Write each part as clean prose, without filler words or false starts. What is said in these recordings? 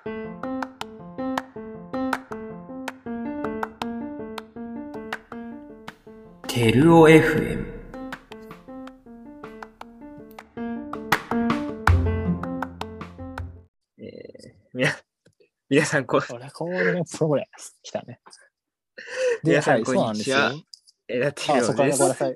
テルオ FM。皆さんこれコードのプログレス来たね。 皆さんこんにちは。テルオです。 はい。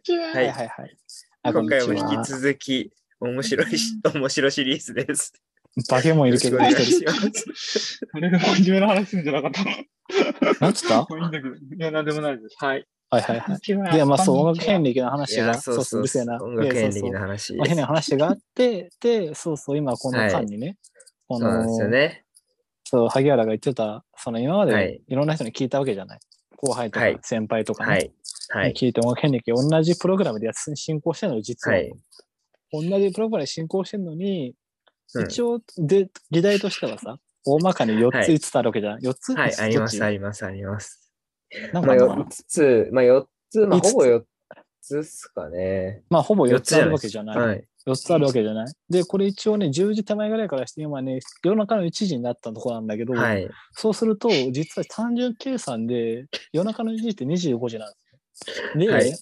今回も引き続き面白シリーズです。 バケモンいるけど、 あれが真面目な話するんじゃなかったの？ なんつった？ いいんだけど。いや、なんでもないです。はい。 で、まあそう、音楽権利の話が、 そううるせえな。音楽権利の話。 変な話があって、で、今この間にね、 そうなんですよね。 そう、萩原が言ってた、今までいろんな人に聞いたわけじゃない。後輩とか先輩とかね。聞いて音楽権利同じプログラムで進行してるのに、実は。同じプログラムで進行してるのに、一応、議題としてはさ、大まかに4つ5つあるわけじゃん。4つ？ はい、あります。 なんか 4つ、ほぼ4つっすかね。 まあ、ほぼ4つあるわけじゃない。4つあるわけじゃない。で、これ一応ね、10時手前ぐらいからして今ね、夜中の1時になったところなんだけど、そうすると、実は単純計算で、夜中の1時って25時なんですね。で、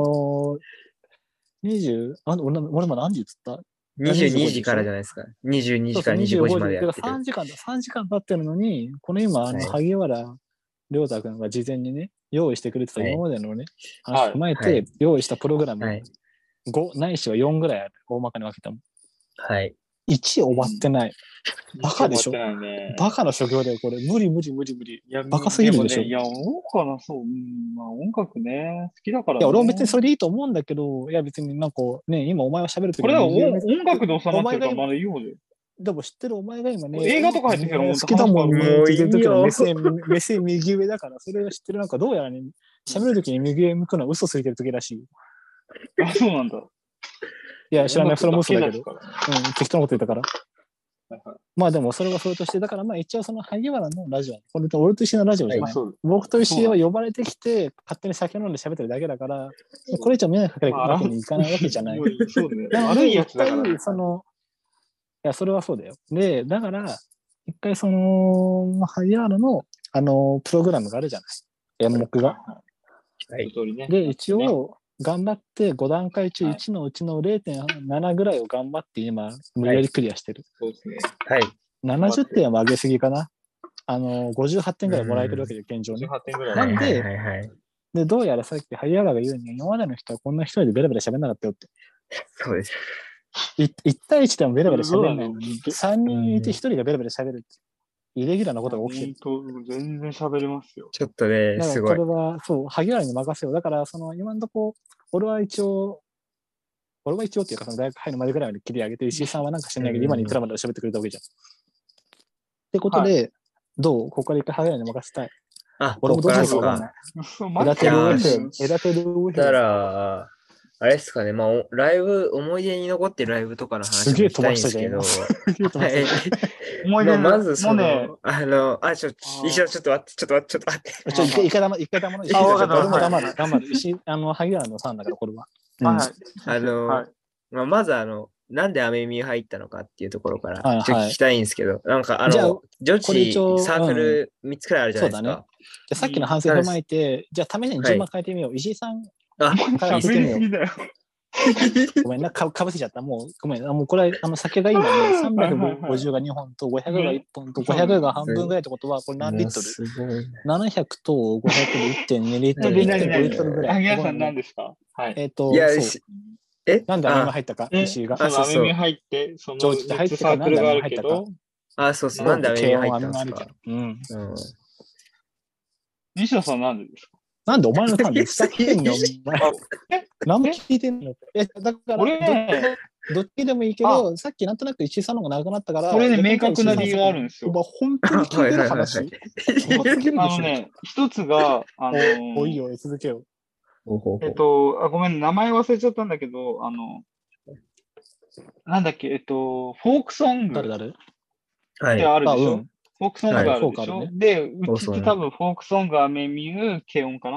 俺も何時っつった ?22 時からじゃないですか。22時から25時までやってる。 3時間経ってるのに、この今、萩原亮太君が事前にね、用意してくれてた今までのね、話を踏まえて用意したプログラム、5ないしは4ぐらいある。大まかに分けたもん。1終わってない。バカでしょ？バカの所業だよ、これ。無理。バカすぎるでしょ。 いや、思うかな、そう。まあ、音楽ね、好きだからね。 いや、俺も別にそれでいいと思うんだけど、いや、別になんかね、今お前は喋るときに。 これは音楽で収まってるからまだいいよね。 でも知ってるお前が今ね、 映画とか入ってきたら好きだもんね。もういいよ。目線右上だから、それを知ってるなんかどうやらね、喋るときに右上向くのは嘘ついてるときらしい。 あ、そうなんだ。 いや、知らない。それも嘘だけど。適当なこと言ったから。まあでもそれはそれとして、だからまあ一応その萩原のラジオ、これと俺と一緒のラジオじゃない。僕と石井は呼ばれてきて、勝手に酒飲んで喋ってるだけだから、これ以上迷惑かけるわけにいかないわけじゃない。 悪いやつだから。 いや、それはそうだよ。で、だから、一回萩原の、プログラムがあるじゃない。演目が。で、一応、頑張って5段階中1のうちの 0.7 ぐらいを頑張って今、無理やりクリアしてる。 そうですね。 70点は上げすぎかな。58点ぐらいもらえてるわけで、現状ね。なんで、どうやらさっき萩原が言うに、今までの人はこんな一人でベラベラ喋んなかったよって。 そうです。 1対1でもベラベラ喋んないのに、3人いて1人がベラベラ喋るって。イレギュラーなことが起きてる。 全然喋れますよ。 ちょっとね、すごい。 これは、そう、萩原に任せよう。だから、今のところ、俺は一応っていうか、大学入るまでぐらいまで切り上げて、石井さんはなんか知らないけど、今にいくらまで喋ってくれたわけじゃん。ってことで、どうここから一回萩原に任せたい。 俺もどうするか分かんない。 枝手で動いてる。 だから、あれですかね、まあ、思い出に残ってるライブとかの話もしたいんですけど、まずちょっと待って。 一回黙る。頑張る。萩原のさんだから、これは。 まずなんでアメミュー入ったのかっていうところから聞きたいんですけど、なんか女子サークル3つくらいあるじゃないですか。 じゃあさっきの反省を踏まえて、じゃあ試しに順番変えてみよう。石井さんから聞いてみよう。ごめんな、かぶせちゃった。もう、ごめん。もうこれ、酒が今ね、350が2本と500が1本と500が半分ぐらいってことは、これ何リットル ?700 と500で 1.2 リットル、1.5リットルぐらい。 萩原さん何ですか？ なんでアメミュー入ったか、石井が。 アメミュー入って、その3つサークルがあるけど、 なんでアメミュー入ったんですか？ 西野さんなんでですか？ なんでお前のターンでふざけんの？何も聞いてんの？だから、どっちでもいいけど、さっきなんとなく石井さんの方が長くなったから、 これね、明確な理由があるんですよ。 本当に聞いてる話？ 一つが、 おいよ、続けよう。 ごめん、名前忘れちゃったんだけど、なんだっけ、フォークソングってあるでしょ？フォークソングがあるでしょ？で、うちって多分フォークソング、アメミュー、軽音かな？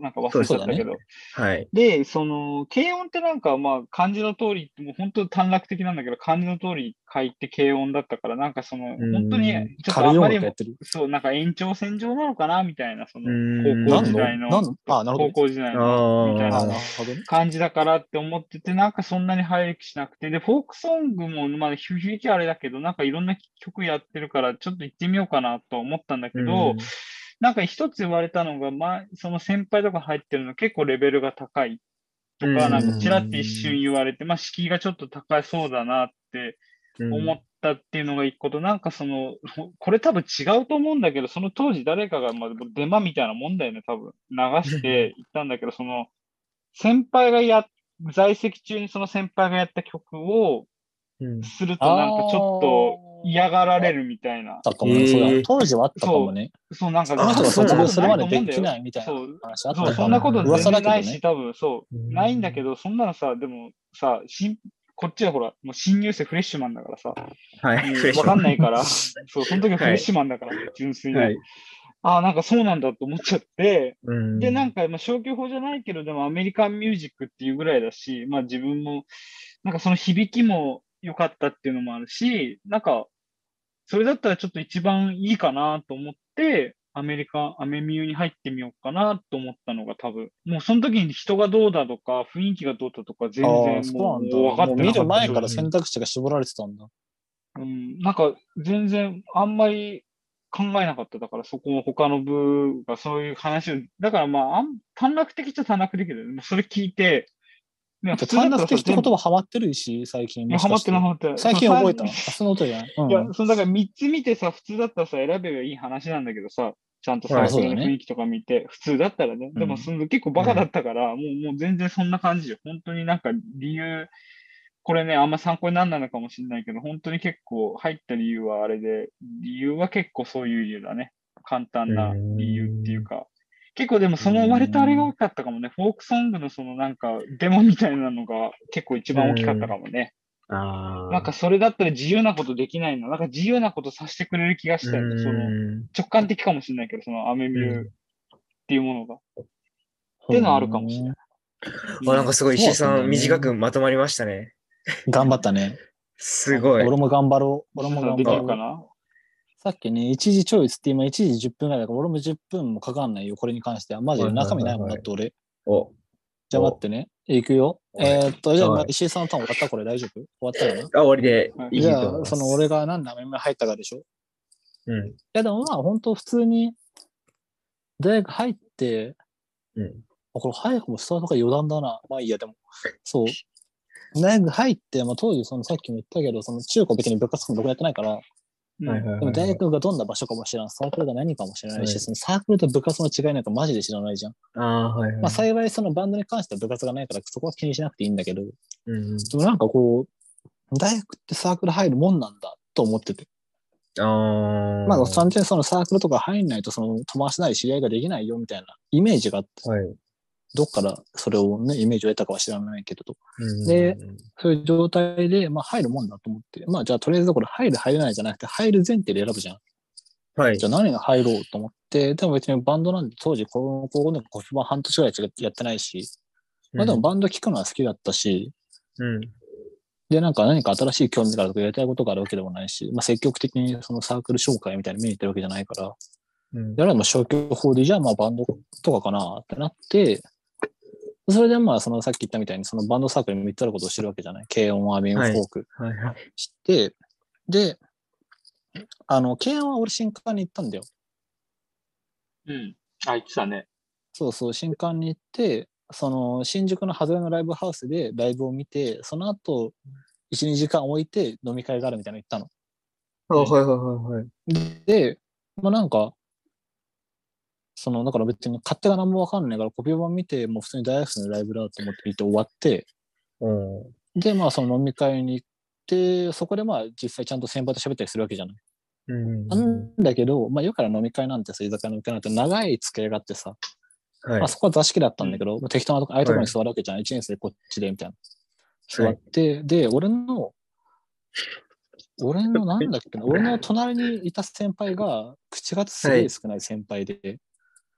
なんか忘れちゃったけど。 はい。 で、その、軽音ってなんか、まあ、漢字の通り、もう本当短絡的なんだけど、漢字の通り書いて軽音だったから、なんかその、本当に、ちょっとあんまりも、そう、なんか延長線上なのかな、みたいな、その、高校時代の、高校時代の、みたいな感じだからって思ってて、なんかそんなに入る気しなくて、で、フォークソングも、まあ、響きあれだけど、なんかいろんな曲やってるから、ちょっと行ってみようかなと思ったんだけど、なんか一つ言われたのが、まあ、その先輩とか入ってるの結構レベルが高いとか、なんかちらって一瞬言われて、まあ、敷居がちょっと高そうだなって思ったっていうのが一個と、なんかその、これ多分違うと思うんだけど、その当時誰かが、まあ、デマみたいなもんだよね、多分。流していったんだけど、その、先輩が在籍中にその先輩がやった曲を、するとなんかちょっと嫌がられるみたいな。 当時はあったかもね。 そう、なんか、 その人が卒業するまでできないみたいな話あったかも。 そう、そんなこと全然ないし、多分、そう、ないんだけど、そんなのさ、でもさ、こっちはほら、もう新入生フレッシュマンだからさ、 はい、 わかんないから、そう、その時はフレッシュマンだから、純粋に。ああ、なんかそうなんだと思っちゃって、で、なんか、まあ、消去法じゃないけど、でもアメリカンミュージックっていうぐらいだし、まあ自分も、なんかその響きも良かったっていうのもあるし、なんか、それだったらちょっと一番いいかなと思って、アメミューに入ってみようかなと思ったのが多分、もうその時に人がどうだとか、雰囲気がどうだとか、全然もう分かってなかった。 見る前から選択肢が絞られてたんだ。 なんか全然あんまり考えなかった。だからそこも他の部がそういう話を、だからまあ、短絡的っちゃ短絡的だよね。それ聞いて、 短絡的って言葉ハマってるし、最近。 ハマってなかった。 最近覚えた。その音じゃない。 いや、だから3つ見てさ、普通だったらさ、選べばいい話なんだけどさ、ちゃんとサークルの雰囲気とか見て、普通だったらね。でも結構バカだったから、もう全然そんな感じよ。本当になんか理由、これね、あんま参考にならないのかもしれないけど、本当に結構入った理由はあれで、理由は結構そういう理由だね。簡単な理由っていうか。結構でもその割とあれが大きかったかもね。フォークソングのそのなんかデモみたいなのが結構一番大きかったかもね。なんかそれだったら自由なことできないの。なんか自由なことさせてくれる気がしたよね。その直感的かもしれないけど、そのアメミューっていうものが。っていうのはあるかもしれない。 なんかすごい石井さん短くまとまりましたね。 頑張ったね。 すごい。 俺も頑張ろう。 俺も頑張ろうかな。 さっきね、一時チョイスって今1時10分ぐらいだから、俺も10分もかかんないよ、これに関しては。マジで中身ないもんだって俺。じゃあ待ってね。いくよ。じゃあ石井さんのターン終わったこれ大丈夫終わったよな。 終わりでいいと思います。 じゃあ、その俺が何でアメリカ入ったかでしょ。 いや、でもまあ本当普通に大学入って、これ早くもスタートが余談だな。まあいいや、でも。そう。大学入って、まあ当時そのさっきも言ったけど、その中高別に部活とか僕やってないから、でも大学がどんな場所かも知らん、サークルが何かも知らないし、そのサークルと部活の違いなんかマジで知らないじゃん。まあ幸いそのバンドに関しては部活がないからそこは気にしなくていいんだけど、でもなんかこう、大学ってサークル入るもんなんだと思ってて。まあ単純にそのサークルとか入んないとその友達なり知り合いができないよみたいなイメージがあって、どっからそれをね、イメージを得たかは知らないけど、で、そういう状態で、まあ入るもんだと思って、まあじゃあとりあえずこれ入る入れないじゃなくて入る前提で選ぶじゃん。じゃあ何が入ろうと思って、でも別にバンドなんで当時高校でコピバ半年ぐらいやってないし、まあでもバンド聴くのは好きだったし、で、なんか何か新しい興味があるとかやりたいことがあるわけでもないし、まあ積極的にそのサークル紹介みたいに見に行ってるわけじゃないから、やらも消去法でじゃあまあバンドとかかなってなって、それでまあそのさっき言ったみたいにそのバンドサークルに3つあることを知るわけじゃない。軽音、アメン、フォーク。知って、で、軽音は俺新館に行ったんだよ。 言ってたね。 そうそう、新館に行って、その新宿の外れのライブハウスでライブを見て、その後、1、2時間置いて飲み会があるみたいなの行ったの。で、まあなんか、だから別に勝手が何もわかんないからコピー版見て、もう普通に大学生のライブだと思って見て終わって、で、まあその飲み会に行って、そこでまあ実際ちゃんと先輩と喋ったりするわけじゃない。なんだけど、まあよくから飲み会なんてさ、居酒屋の飲み会なんて長い付き合いがあってさ、まあそこは座敷だったんだけど、適当なとこ、ああいうところに座るわけじゃん。1年生こっちで、みたいな。座って、で、俺のなんだっけな、俺の隣にいた先輩が、口がすげえ少ない先輩で、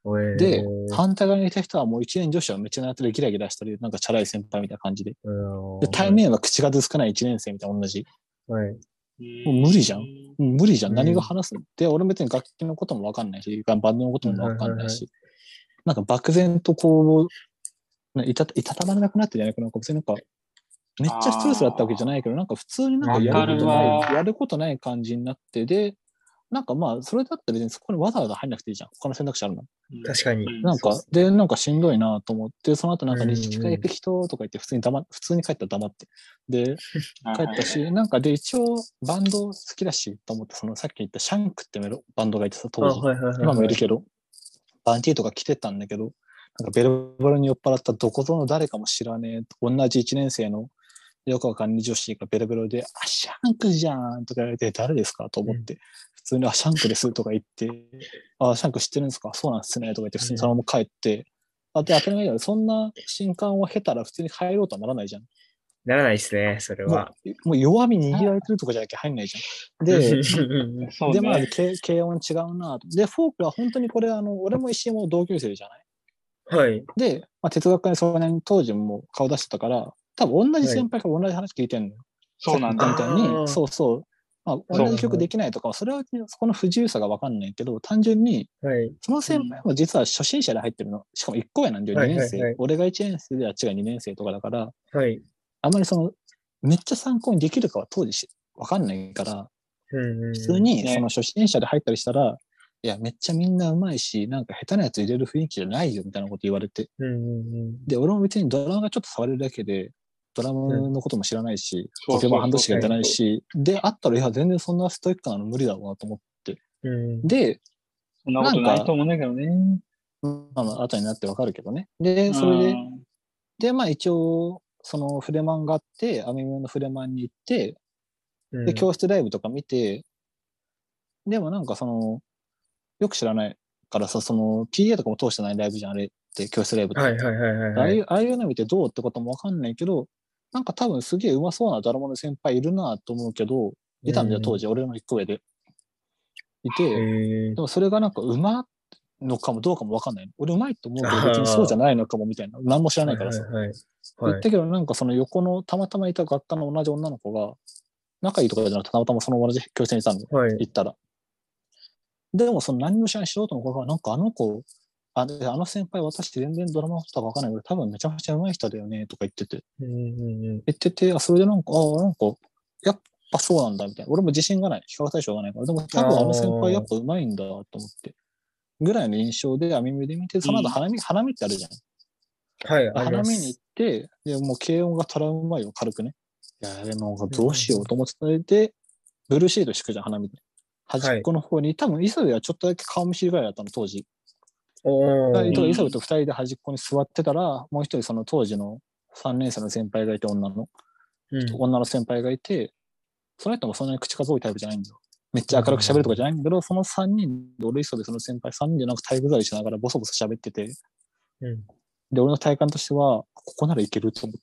で、反対側にいた人はもう1年女子はめっちゃなってるギラギラしたり、なんかチャラい先輩みたいな感じで。で、対面は口数少ない1年生みたいな同じ。もう無理じゃん。無理じゃん。何が話すので、俺別に楽器のこともわかんないし、バンドのこともわかんないし、なんか漠然とこう、いたたまれなくなってじゃないかな。別になんか、めっちゃストレスだったわけじゃないけど、なんか普通になんかやることない感じになって、で、なんかまあ、それだったら別にそこにわざわざ入んなくていいじゃん。他の選択肢あるの。 確かに。 なんか、で、なんかしんどいなと思って、その後なんか日会行く人とか言って普通に帰ったら黙って。で、帰ったし、なんかで一応バンド好きだしと思って、そのさっき言ったシャンクってバンドがいてさ、当時。今もいるけど、バンティーとか来てたんだけど、なんかベロベロに酔っ払ったどこぞの誰かも知らねえ、同じ1年生のよくわかんない女子がベロベロで、シャンクじゃんとか言われて、誰ですかと思って、普通に、シャンクですとか言って、シャンク知ってるんですかそうなんですねとか言って、普通にそのまま帰って、で、当たり前だよ。そんな新刊を経たら普通に入ろうとはならないじゃん。 ならないですね、それは。 もう弱み握られてるとかじゃなきゃ入んないじゃん。で、で、まあ、軽音違うなと。で、フォークは本当にこれ、俺も石井も同級生じゃないはい。 で、まあ、哲学科にその当時も顔出してたから、多分同じ先輩から同じ話聞いてんのよ。 そうなんだ。 みたいに、そうそう。まあ、同じ曲できないとか、それはそこの不自由さが分かんないけど、単純に、その先輩も実は初心者で入ってるの。しかも1個上なんだよ、2年生。俺が1年生であっちが2年生とかだから、あんまりめっちゃ参考にできるかは当時分かんないから、普通にその初心者で入ったりしたら、いや、めっちゃみんなうまいし、なんか下手なやつ入れる雰囲気じゃないよみたいなこと言われて。で、俺も別にドラムがちょっと触れるだけで、ドラムのことも知らないし、ポケモン半年しかやってないし、で、あったら、いや、全然そんなストイックなの無理だろうなと思って。で、 そんなことないと思うんだけどね。 後になってわかるけどね。で、それで、まあ一応、そのフレマンがあって、アメミのフレマンに行って、で、教室ライブとか見て、でもなんかよく知らないからさ、PA とかも通してないライブじゃん、あれって、教室ライブって。ああいうの見てどうってこともわかんないけど、なんか多分すげえうまそうなドラマの先輩いるなと思うけど、いたんだよ、当時、俺の一個上で。いて、でもそれがなんかうまのかもどうかもわかんない。俺うまいと思うけど別にそうじゃないのかもみたいな。何も知らないからさ。言ったけどなんかその横のたまたまいた学科の同じ女の子が、仲いいとかじゃなくてたまたまその同じ教室にいたんで、行ったら。でも何も知らない素人の子が、なんかあの子、あの先輩私全然ドラマのことかわかんないけど、多分めちゃくちゃ上手い人だよねとか言ってて。言ってて、それでなんか、やっぱそうなんだみたいな。俺も自信がない。比較対象がないから。でも多分あの先輩やっぱ上手いんだと思って。ぐらいの印象で、アメミで見て、その後花見ってあるじゃん。はい、花見に行って、でもう軽音がトラウマよ、軽くね。いや、でもどうしようと思ってたので、ブルーシート敷くじゃん、花見で。端っこの方に、多分、磯部はちょっとだけ顔見知りぐらいだったの、当時。磯部と2人で端っこに座ってたら、もう一人その当時の3年生の先輩がいて、女の先輩がいて、その人もそんなに口数多いタイプじゃないんだよ。めっちゃ明るく喋るとかじゃないんだけど、その3人で、俺磯部その先輩3人でなんか体育座りしながらボソボソ喋ってて、で、俺の体感としては、ここならいけると思って。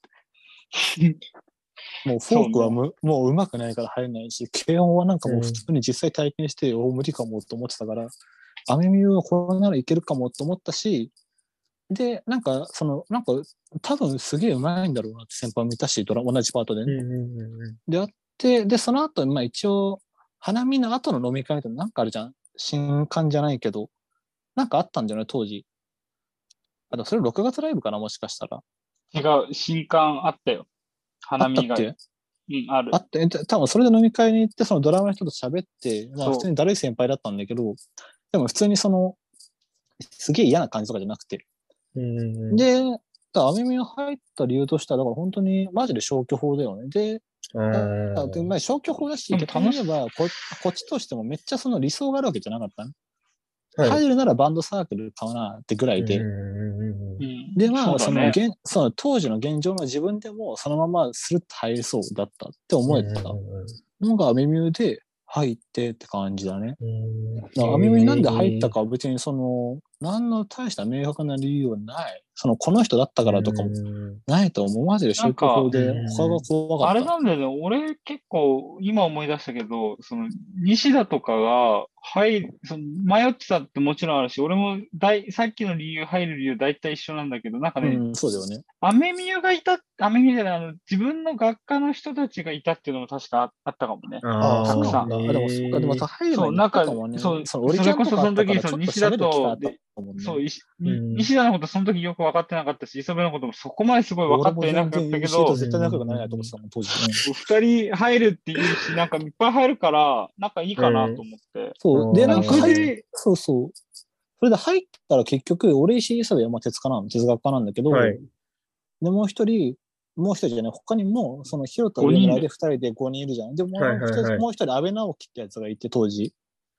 もうフォークはもう上手くないから入れないし、軽音はなんかもう普通に実際体験して、無理かもと思ってたから、アメミューはこれならいけるかもと思ったし、で、なんか多分すげえ上手いんだろうなって先輩を見たし、同じパートでね。で、あって、で、その後、まあ一応、花見の後の飲み会ってなんかあるじゃん。新刊じゃないけど、なんかあったんじゃない当時。でもそれ6月ライブかなもしかしたら。 違う、新刊あったよ。花見が。ある。 あって、多分それで飲み会に行って、そのドラマの人と喋って、まあ普通にだるい先輩だったんだけど、でも普通にすげえ嫌な感じとかじゃなくて。で、アメミが入った理由としては、だから本当にマジで消去法だよね。で、まあ消去法だし、逆に言えばこっちとしてもめっちゃその理想があるわけじゃなかったね。入るならバンドサークルかなってぐらいで。で、まあ、その当時の現状の自分でもそのままするっと入れそうだったって思えたのがアメミューで入ってって感じだね。アメミューになんで入ったかは別に何の大した明確な理由はない。この人だったからとかもないと思う。マジで宗教法で他が怖かった。 あれなんだよね。俺結構今思い出したけど、西田とかが迷ってたってもちろんあるし、俺もさっきの理由、入る理由大体一緒なんだけど、なんかね、 そうだよね。 アメミユじゃない、自分の学科の人たちがいたっていうのも確かあったかもね。 たくさん。でも入る前にあったかもね。それこそその時に西田と、西田のことその時よく分かってなかったし、磯部のこともそこまですごい分かってなかったけど、 絶対仲良くないなと思ってたもん、当時。 二人入るっていうし、なんかいっぱい入るから、仲いいかなと思って。 そう。で、なんかそう。それで入ったら結局、俺石井磯部は哲学科なんだけど、で、もう一人じゃない、他にも、その、ヒロと上村で2人で5人いるじゃん。で、もう一人、安倍直樹ってやつがいて、当時。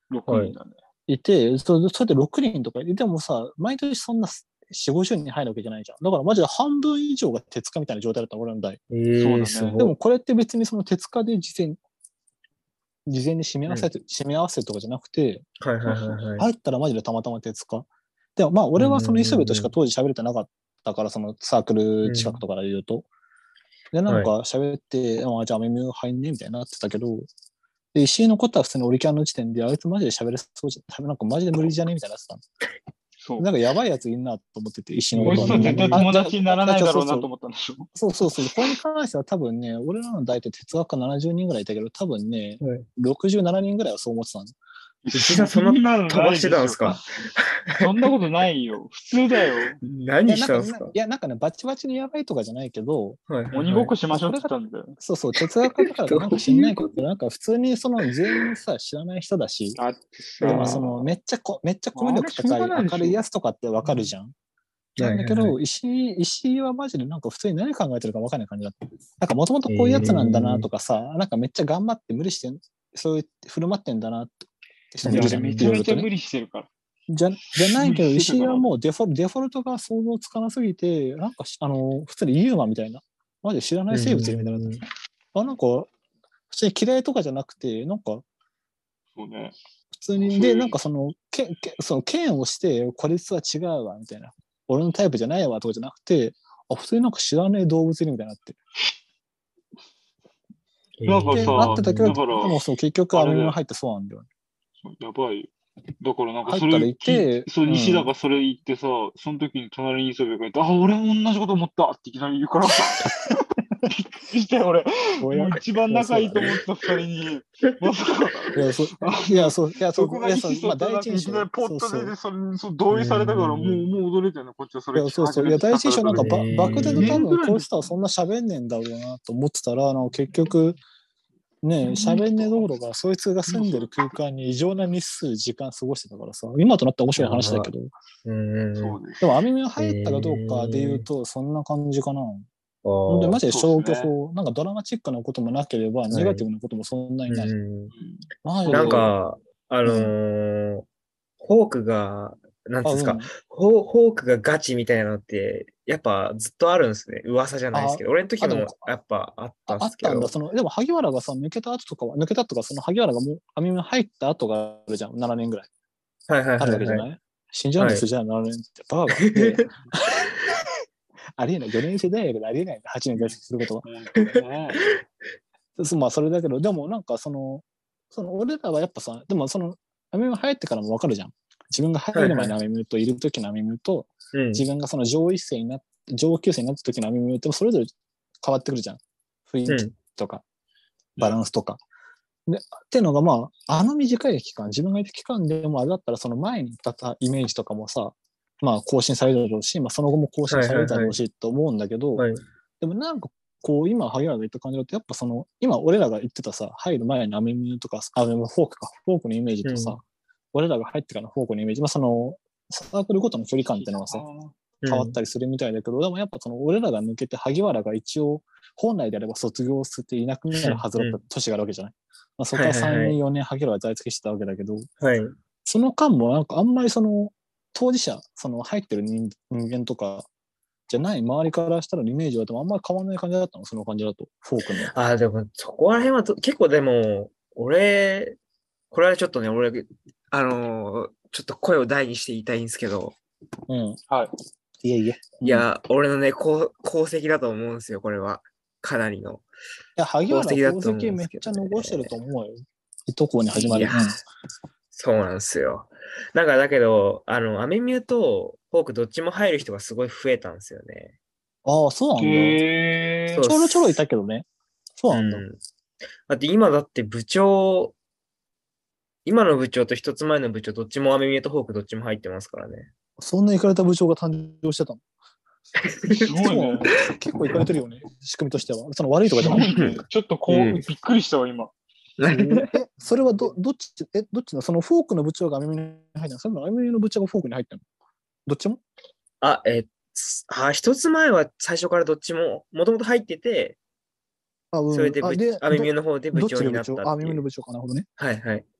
6人だね。 いて、それで6人とか、でもさ、毎年そんな4、50人入るわけじゃないじゃん。だからマジで半分以上が鉄科みたいな状態だった俺の代。 そうだね。 でもこれって別にその鉄科で事前に締め合わせるとかじゃなくて、入ったらマジでたまたま鉄科。でもまあ俺はその磯部としか当時喋れてなかったから、そのサークル近くとかで言うと。で、なんか喋って、じゃあアメミュー入んねみたいになってたけど、で、石井のことは普通にオリキャンの時点で、あいつマジで喋れそうじゃん。なんかマジで無理じゃねみたいなやつだ。なんかやばいやついんなと思ってて、石井のことは、 絶対友達にならないだろうなと思ったんでしょ。 そう。これに関しては多分ね、俺らの代って哲学科70人ぐらいいたけど、多分ね、67人ぐらいはそう思ってたんです。 石井さん、そんなの飛ばしてたんですか？ そんなことないよ。普通だよ。 何したんですか？ いや、なんかね、バチバチにやばいとかじゃないけど、 鬼ごっこしましょうって言ったんだよ。 そう、哲学科だからなんか知んないけど、なんか普通にその全員さ、知らない人だし、でもそのめっちゃコミュ力高い明るいやつとかってわかるじゃん。なんだけど、石井はマジでなんか普通に何考えてるか分かんない感じだった。なんかもともとこういうやつなんだなとかさ、なんかめっちゃ頑張って無理して、そういう振る舞ってんだなって人もいるじゃん。 めちゃめちゃ無理してるから。 じゃないけど、石井はもうデフォルトが想像つかなすぎて、なんか普通にユーマみたいな、マジで知らない生物いるみたいな。なんか、普通に嫌いとかじゃなくて、なんか、 そうね。 普通に、で、なんかその剣をして、こいつは違うわ、みたいな。俺のタイプじゃないわ、とかじゃなくて、普通になんか知らねえ動物いるみたいになって。 なんかさ、 あってたけど、でも結局アメリカ入ってそうなんだよね。 やばい。だからなんかそれ言って、西田がそれ言ってさ、その時に隣に磯部がいて、俺も同じこと思ったっていきなり言うから。びっくりしたよ、俺。もう一番仲いいと思った二人に。まさか。 そこが第一印象。いきなりポッと出て、同意されたから、もう驚いてるね、こっちはそれ。 第一印象なんか漠然と多分こうしたらそんな喋んねえんだろうなと思ってたら、結局、ねえ、喋んねえどころか、そいつが住んでる空間に異常な日数、時間過ごしてたからさ、今となって面白い話だけど。でも、アメミュー入ったかどうかで言うと、そんな感じかな。本当にマジで消去法、なんかドラマチックなこともなければ、ネガティブなこともそんなにない。 なんか、フォークが、なんですか、フォークがガチみたいなのって、やっぱずっとあるんですね。噂じゃないですけど、俺の時もやっぱあったんですけど。 あったんだ。でも萩原がさ、抜けたとか、その萩原がもうアメミュー入った後があるじゃん、7年ぐらい。あるわけじゃない？信じられないですじゃあ7年って。バーが。ありえない。4年生大学でありえない。8年在籍することは。まあ、それだけど、でもなんか俺らはやっぱさ、でもアメミュー入ってからもわかるじゃん。自分が入る前のアメミューといる時のアメミューと、自分がその上級生になった時のアメミューってそれぞれ変わってくるじゃん。雰囲気とか、バランスとか。で、っていうのがまあ、短い期間、自分がいた期間でもあれだったらその前にだったイメージとかもさ、まあ更新されるだろうし、まあその後も更新されるだろうしと思うんだけど、でもなんかこう今萩原が言った感じだと、やっぱ今俺らが言ってたさ、入る前のアメミューとか、フォークのイメージとさ、俺らが入ってからのフォークのイメージ、まあサークルごとの距離感っていうのはさ、変わったりするみたいだけど、でもやっぱ俺らが抜けて萩原が一応、本来であれば卒業していなくなるはずだった年があるわけじゃない。まあ、そこから3年、4年萩原が在籍してたわけだけど、その間もなんかあんまり当事者、入ってる人間とかじゃない周りからしたらイメージはでもあんまり変わらない感じだったの、その感じだと、フォークの。 でもそこら辺は結構でも、これはちょっとね、ちょっと声を大にして言いたいんですけど。 はい。 いや、俺のね、功績だと思うんですよ、これは。かなりの。 いや、萩原は功績めっちゃ残してると思うよ。いとこに始まる。 そうなんですよ。なんかだけど、アメミューとフォークどっちも入る人がすごい増えたんですよね。 ああ、そうなんだ。 へちょろちょろいそうっす。 たけどね。そうなんだ。 うん。だって今の部長と一つ前の部長、どっちもアメミューとフォークどっちも入ってますからね。 そんな行かれた部長が誕生してたの？ すごいね。 結構行かれてるよね。仕組みとしては。その悪いとかすじゃない。 ごいね。ちょっとびっくりしたわ、今。 それはどっち、どっちの、そのフォークの部長がアメミュに入ったの？それともアメミュの部長がフォークに入ったの？どっちも？ あ、一つ前は最初からどっちも、もともと入ってて、 あ、うん。 それであ、で、 アメミューの方で部どっ長になっちで部長？あ、アメミュのたっていう。 部長かなるほどね。 はいはい。